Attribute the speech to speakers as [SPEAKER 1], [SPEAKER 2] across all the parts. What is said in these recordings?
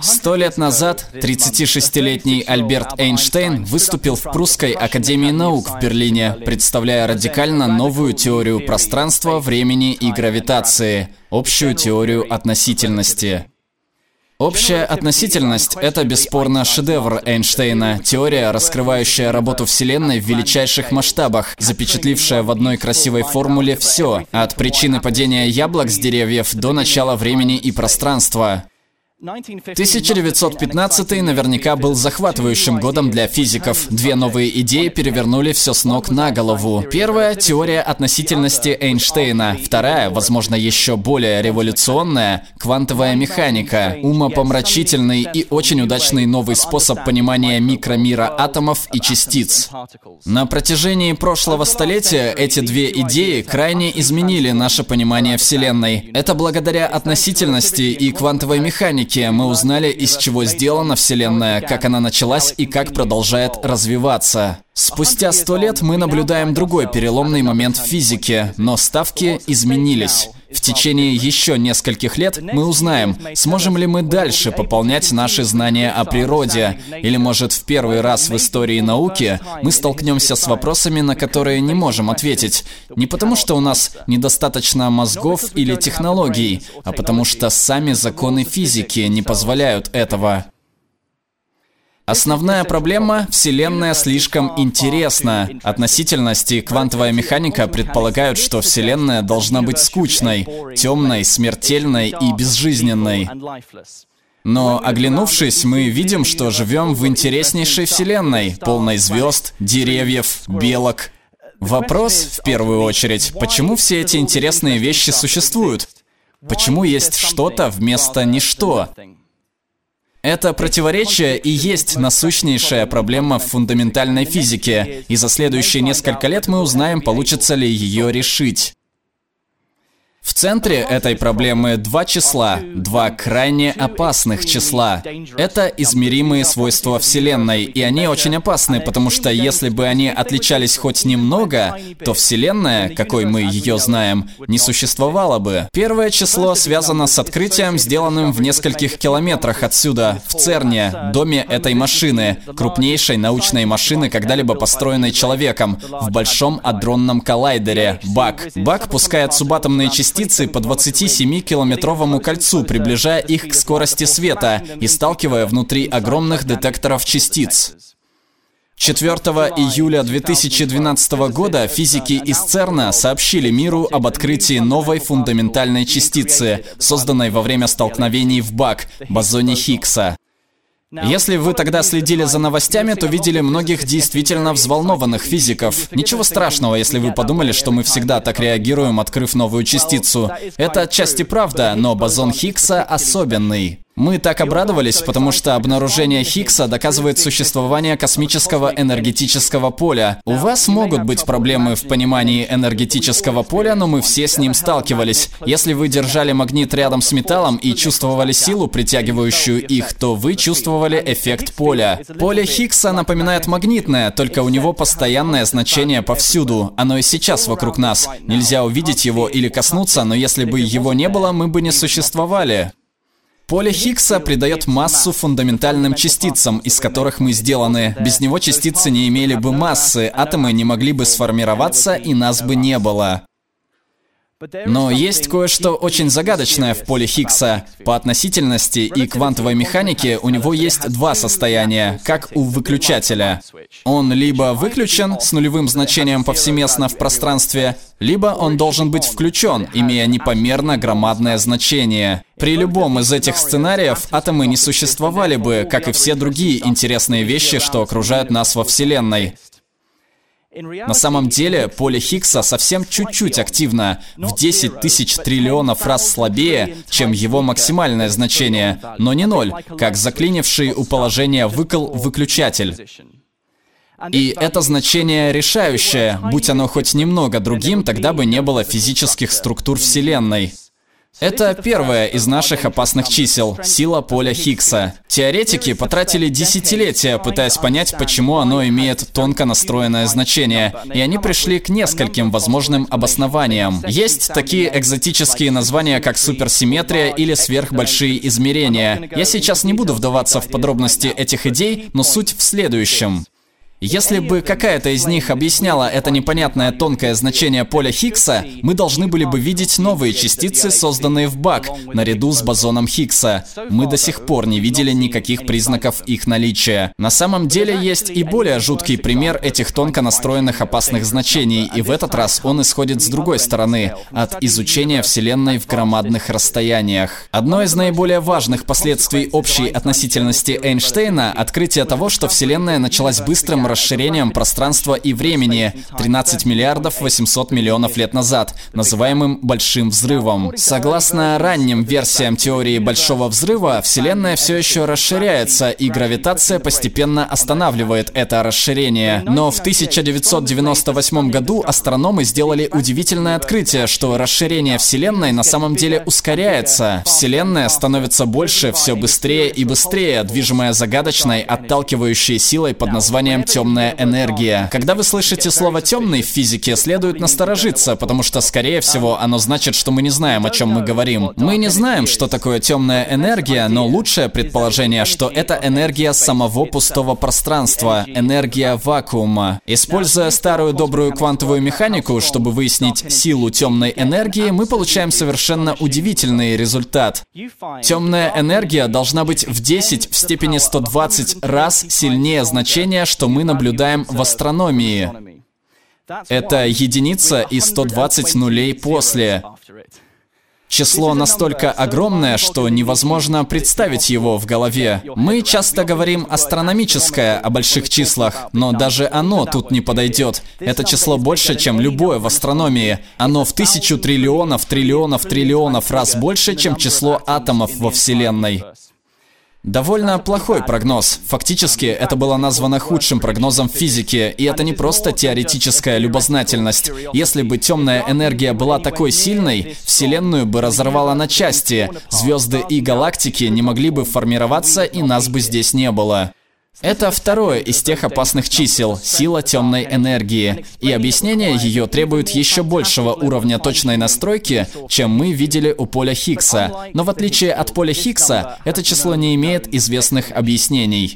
[SPEAKER 1] 100 лет назад 36-летний Альберт Эйнштейн выступил в Прусской академии наук в Берлине, представляя радикально новую теорию пространства, времени и гравитации, общую теорию относительности. Общая относительность — это бесспорно шедевр Эйнштейна, теория, раскрывающая работу Вселенной в величайших масштабах, запечатлившая в одной красивой формуле все, от причины падения яблок с деревьев до начала времени и пространства. 1915 наверняка был захватывающим годом для физиков. Две новые идеи перевернули все с ног на голову. Первая — теория относительности Эйнштейна. Вторая, возможно, еще более революционная — квантовая механика. Умопомрачительный и очень удачный новый способ понимания микромира атомов и частиц. На протяжении прошлого столетия эти две идеи крайне изменили наше понимание Вселенной. Это благодаря относительности и квантовой механике мы узнали, из чего сделана Вселенная, как она началась и как продолжает развиваться. Спустя 100 лет мы наблюдаем другой переломный момент в физике, но ставки изменились. В течение еще нескольких лет мы узнаем, сможем ли мы дальше пополнять наши знания о природе, или, может, в первый раз в истории науки мы столкнемся с вопросами, на которые не можем ответить. Не потому, что у нас недостаточно мозгов или технологий, а потому что сами законы физики не позволяют этого. Основная проблема — Вселенная слишком интересна. Относительность и квантовая механика предполагают, что Вселенная должна быть скучной, темной, смертельной и безжизненной. Но, оглянувшись, мы видим, что живем в интереснейшей Вселенной, полной звезд, деревьев, белок. Вопрос, в первую очередь, почему все эти интересные вещи существуют? Почему есть что-то вместо ничто? Это противоречие и есть насущнейшая проблема в фундаментальной физике, и за следующие несколько лет мы узнаем, получится ли ее решить. В центре этой проблемы два числа, два крайне опасных числа. Это измеримые свойства Вселенной, и они очень опасны, потому что если бы они отличались хоть немного, то Вселенная, какой мы ее знаем, не существовала бы. Первое число связано с открытием, сделанным в нескольких километрах отсюда, в ЦЕРНе, доме этой машины, крупнейшей научной машины, когда-либо построенной человеком, в Большом адронном коллайдере, БАК. БАК пускает субатомные частицы по 27-километровому кольцу, приближая их к скорости света и сталкивая внутри огромных детекторов частиц. 4 июля 2012 года физики из ЦЕРНа сообщили миру об открытии новой фундаментальной частицы, созданной во время столкновений в БАК, бозоне Хиггса. Если вы тогда следили за новостями, то видели многих действительно взволнованных физиков. Ничего страшного, если вы подумали, что мы всегда так реагируем, открыв новую частицу. Это отчасти правда, но бозон Хиггса особенный. Мы так обрадовались, потому что обнаружение Хиггса доказывает существование космического энергетического поля. У вас могут быть проблемы в понимании энергетического поля, но мы все с ним сталкивались. Если вы держали магнит рядом с металлом и чувствовали силу, притягивающую их, то вы чувствовали эффект поля. Поле Хиггса напоминает магнитное, только у него постоянное значение повсюду. Оно и сейчас вокруг нас. Нельзя увидеть его или коснуться, но если бы его не было, мы бы не существовали. Поле Хиггса придает массу фундаментальным частицам, из которых мы сделаны. Без него частицы не имели бы массы, атомы не могли бы сформироваться, и нас бы не было. Но есть кое-что очень загадочное в поле Хиггса. По относительности и квантовой механике у него есть два состояния, как у выключателя. Он либо выключен с нулевым значением повсеместно в пространстве, либо он должен быть включен, имея непомерно громадное значение. При любом из этих сценариев атомы не существовали бы, как и все другие интересные вещи, что окружают нас во Вселенной. На самом деле, поле Хиггса совсем чуть-чуть активно, в 10 тысяч триллионов раз слабее, чем его максимальное значение, но не ноль, как заклинивший у положения выкл выключатель. И это значение решающее, будь оно хоть немного другим, тогда бы не было физических структур Вселенной. Это первое из наших опасных чисел – сила поля Хиггса. Теоретики потратили десятилетия, пытаясь понять, почему оно имеет тонко настроенное значение, и они пришли к нескольким возможным обоснованиям. Есть такие экзотические названия, как суперсимметрия или сверхбольшие измерения. Я сейчас не буду вдаваться в подробности этих идей, но суть в следующем. Если бы какая-то из них объясняла это непонятное тонкое значение поля Хиггса, мы должны были бы видеть новые частицы, созданные в БАК, наряду с бозоном Хиггса. Мы до сих пор не видели никаких признаков их наличия. На самом деле есть и более жуткий пример этих тонко настроенных опасных значений, и в этот раз он исходит с другой стороны, от изучения Вселенной в громадных расстояниях. Одно из наиболее важных последствий общей относительности Эйнштейна – открытие того, что Вселенная началась быстрым расширением пространства и времени 13 миллиардов 800 миллионов лет назад, называемым Большим Взрывом. Согласно ранним версиям теории Большого Взрыва, Вселенная все еще расширяется, и гравитация постепенно останавливает это расширение. Но в 1998 году астрономы сделали удивительное открытие, что расширение Вселенной на самом деле ускоряется. Вселенная становится больше все быстрее и быстрее, движимая загадочной, отталкивающей силой под названием темная энергия. Когда вы слышите слово «темный» в физике, следует насторожиться, потому что, скорее всего, оно значит, что мы не знаем, о чем мы говорим. Мы не знаем, что такое темная энергия, но лучшее предположение, что это энергия самого пустого пространства, энергия вакуума. Используя старую добрую квантовую механику, чтобы выяснить силу темной энергии, мы получаем совершенно удивительный результат. Темная энергия должна быть в 10 в степени 120 раз сильнее значения, что мы наблюдаем в астрономии. Это единица и 120 нулей после. Число настолько огромное, что невозможно представить его в голове. Мы часто говорим астрономическое о больших числах, но даже оно тут не подойдет. Это число больше, чем любое в астрономии. Оно в 1000 триллионов, триллионов, триллионов раз больше, чем число атомов во Вселенной. Довольно плохой прогноз. Фактически, это было названо худшим прогнозом в физике, и это не просто теоретическая любознательность. Если бы темная энергия была такой сильной, Вселенную бы разорвала на части, звезды и галактики не могли бы формироваться, и нас бы здесь не было. Это второе из тех опасных чисел – сила темной энергии. И объяснение ее требует еще большего уровня точной настройки, чем мы видели у поля Хиггса. Но в отличие от поля Хиггса, это число не имеет известных объяснений.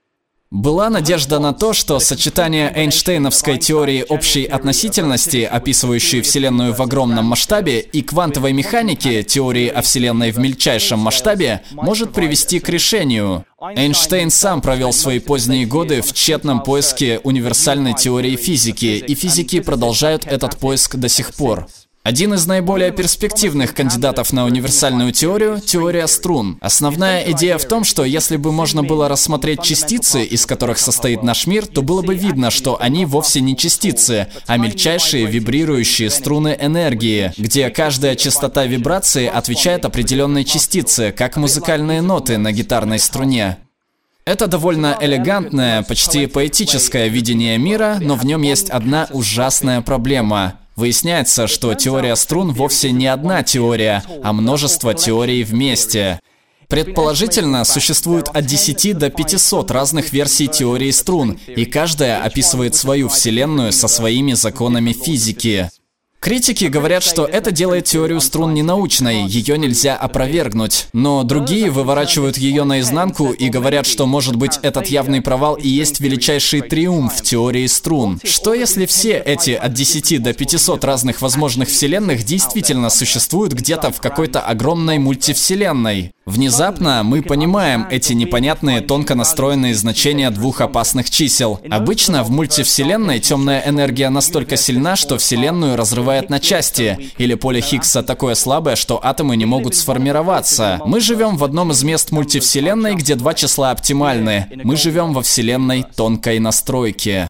[SPEAKER 1] Была надежда на то, что сочетание Эйнштейновской теории общей относительности, описывающей Вселенную в огромном масштабе, и квантовой механики, теории о Вселенной в мельчайшем масштабе, может привести к решению. Эйнштейн сам провел свои поздние годы в тщетном поиске универсальной теории физики, и физики продолжают этот поиск до сих пор. Один из наиболее перспективных кандидатов на универсальную теорию – теория струн. Основная идея в том, что если бы можно было рассмотреть частицы, из которых состоит наш мир, то было бы видно, что они вовсе не частицы, а мельчайшие вибрирующие струны энергии, где каждая частота вибрации отвечает определенной частице, как музыкальные ноты на гитарной струне. Это довольно элегантное, почти поэтическое видение мира, но в нем есть одна ужасная проблема. Выясняется, что теория струн вовсе не одна теория, а множество теорий вместе. Предположительно, существует от 10 до 500 разных версий теории струн, и каждая описывает свою Вселенную со своими законами физики. Критики говорят, что это делает теорию струн ненаучной, ее нельзя опровергнуть. Но другие выворачивают ее наизнанку и говорят, что, может быть, этот явный провал и есть величайший триумф теории струн. Что если все эти от 10 до 500 разных возможных вселенных действительно существуют где-то в какой-то огромной мультивселенной? Внезапно мы понимаем эти непонятные тонко настроенные значения двух опасных чисел. Обычно в мультивселенной темная энергия настолько сильна, что Вселенную разрывает на части, или поле Хиггса такое слабое, что атомы не могут сформироваться. Мы живем в одном из мест мультивселенной, где два числа оптимальны. Мы живем во вселенной тонкой настройки.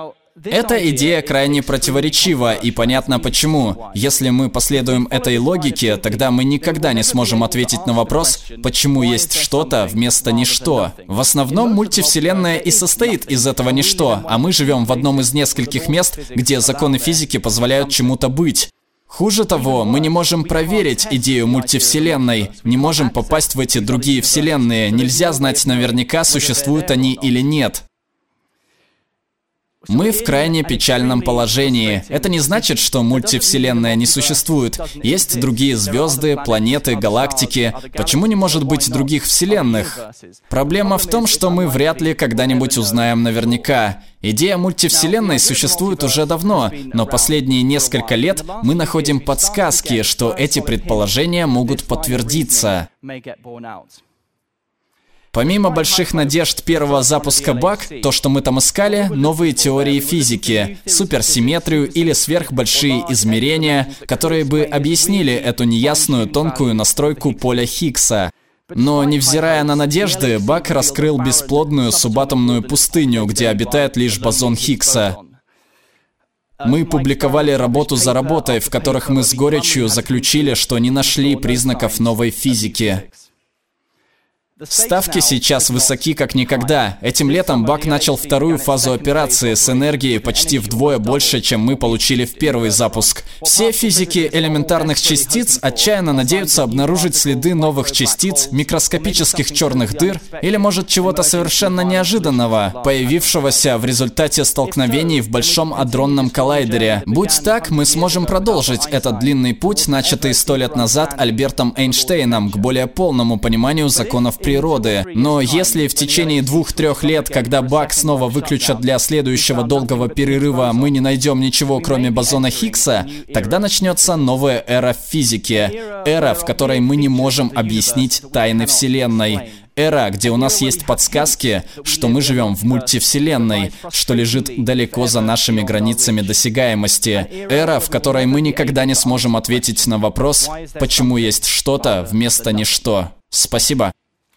[SPEAKER 1] Эта идея крайне противоречива, и понятно почему. Если мы последуем этой логике, тогда мы никогда не сможем ответить на вопрос, почему есть что-то вместо ничто. В основном мультивселенная и состоит из этого ничто, а мы живем в одном из нескольких мест, где законы физики позволяют чему-то быть. Хуже того, мы не можем проверить идею мультивселенной, не можем попасть в эти другие вселенные, нельзя знать наверняка, существуют они или нет. Мы в крайне печальном положении. Это не значит, что мультивселенная не существует. Есть другие звезды, планеты, галактики. Почему не может быть других вселенных? Проблема в том, что мы вряд ли когда-нибудь узнаем наверняка. Идея мультивселенной существует уже давно, но последние несколько лет мы находим подсказки, что эти предположения могут подтвердиться. Помимо больших надежд первого запуска БАК, то, что мы там искали, новые теории физики, суперсимметрию или сверхбольшие измерения, которые бы объяснили эту неясную тонкую настройку поля Хиггса. Но, невзирая на надежды, БАК раскрыл бесплодную субатомную пустыню, где обитает лишь бозон Хиггса. Мы публиковали работу за работой, в которых мы с горечью заключили, что не нашли признаков новой физики. Ставки сейчас высоки как никогда. Этим летом БАК начал вторую фазу операции с энергией почти вдвое больше, чем мы получили в первый запуск. Все физики элементарных частиц отчаянно надеются обнаружить следы новых частиц, микроскопических черных дыр или, может, чего-то совершенно неожиданного, появившегося в результате столкновений в Большом адронном коллайдере. Будь так, мы сможем продолжить этот длинный путь, начатый 100 лет назад Альбертом Эйнштейном, к более полному пониманию законов природы. Но если в течение 2-3 лет, когда БАК снова выключат для следующего долгого перерыва, мы не найдем ничего, кроме бозона Хиггса, тогда начнется новая эра в физике. Эра, в которой мы не можем объяснить тайны Вселенной. Эра, где у нас есть подсказки, что мы живем в мультивселенной, что лежит далеко за нашими границами досягаемости. Эра, в которой мы никогда не сможем ответить на вопрос, почему есть что-то вместо ничто. Спасибо.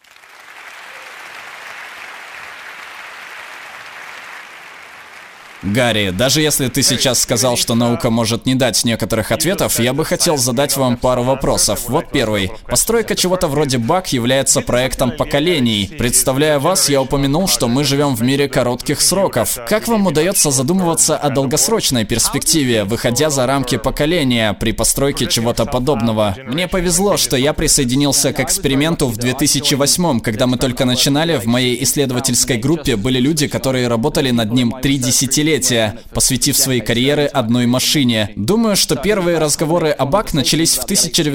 [SPEAKER 1] Гарри, даже если ты сейчас сказал, что наука может не дать некоторых ответов, я бы хотел задать вам пару вопросов. Вот первый. Постройка чего-то вроде БАК является проектом поколений. Представляя вас, я упомянул, что мы живем в мире коротких сроков. Как вам удается задумываться о долгосрочной перспективе, выходя за рамки поколения при постройке чего-то подобного? Мне повезло, что я присоединился к эксперименту в 2008, когда мы только начинали. В моей исследовательской группе были люди, которые работали над ним 3 десятилетия, посвятив свои карьеры одной машине. Думаю, что первые разговоры о БАК начались в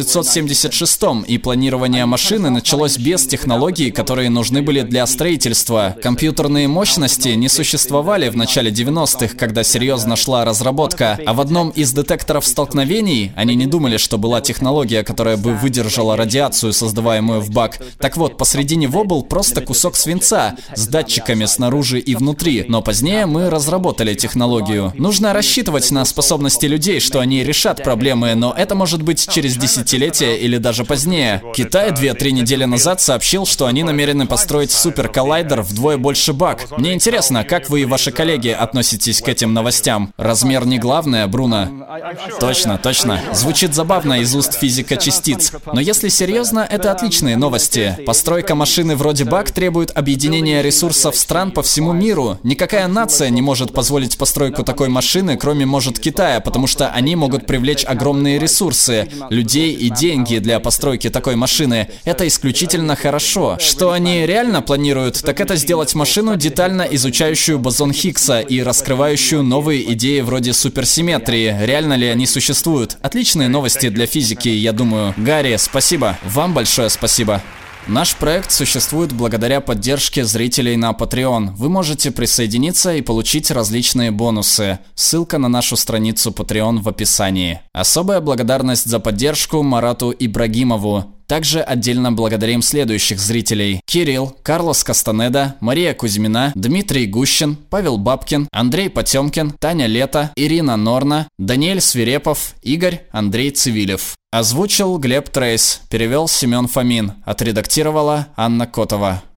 [SPEAKER 1] 1976 и планирование машины началось без технологий, которые нужны были для строительства. Компьютерные мощности не существовали в начале 90-х, когда серьезно шла разработка, а в одном из детекторов столкновений они не думали, что была технология, которая бы выдержала радиацию, создаваемую в БАК. Так вот, посреди него был просто кусок свинца с датчиками снаружи и внутри, но позднее мы разработали технологию. Нужно рассчитывать на способности людей, что они решат проблемы, но это может быть через десятилетия или даже позднее. Китай 2-3 недели назад сообщил, что они намерены построить суперколлайдер вдвое больше БАК. Мне интересно, как вы и ваши коллеги относитесь к этим новостям? Размер не главное, Бруно? Точно, точно. Звучит забавно из уст физика частиц. Но если серьезно, это отличные новости. Постройка машины вроде БАК требует объединения ресурсов стран по всему миру. Никакая нация не может позволить постройку такой машины, кроме, может, Китая, потому что они могут привлечь огромные ресурсы, людей и деньги для постройки такой машины. Это исключительно хорошо. Что они реально планируют, так это сделать машину, детально изучающую бозон Хиггса и раскрывающую новые идеи вроде суперсимметрии. Реально ли они существуют? Отличные новости для физики, я думаю. Гарри, спасибо. Вам большое спасибо. Наш проект существует благодаря поддержке зрителей на Patreon. Вы можете присоединиться и получить различные бонусы. Ссылка на нашу страницу Patreon в описании. Особая благодарность за поддержку Марату Ибрагимову. Также отдельно благодарим следующих зрителей: Кирилл, Карлос Кастанеда, Мария Кузьмина, Дмитрий Гущин, Павел Бабкин, Андрей Потемкин, Таня Лето, Ирина Норна, Даниэль Свирепов, Игорь, Андрей Цивилев. Озвучил Глеб Трейс, перевел Семен Фомин, отредактировала Анна Котова.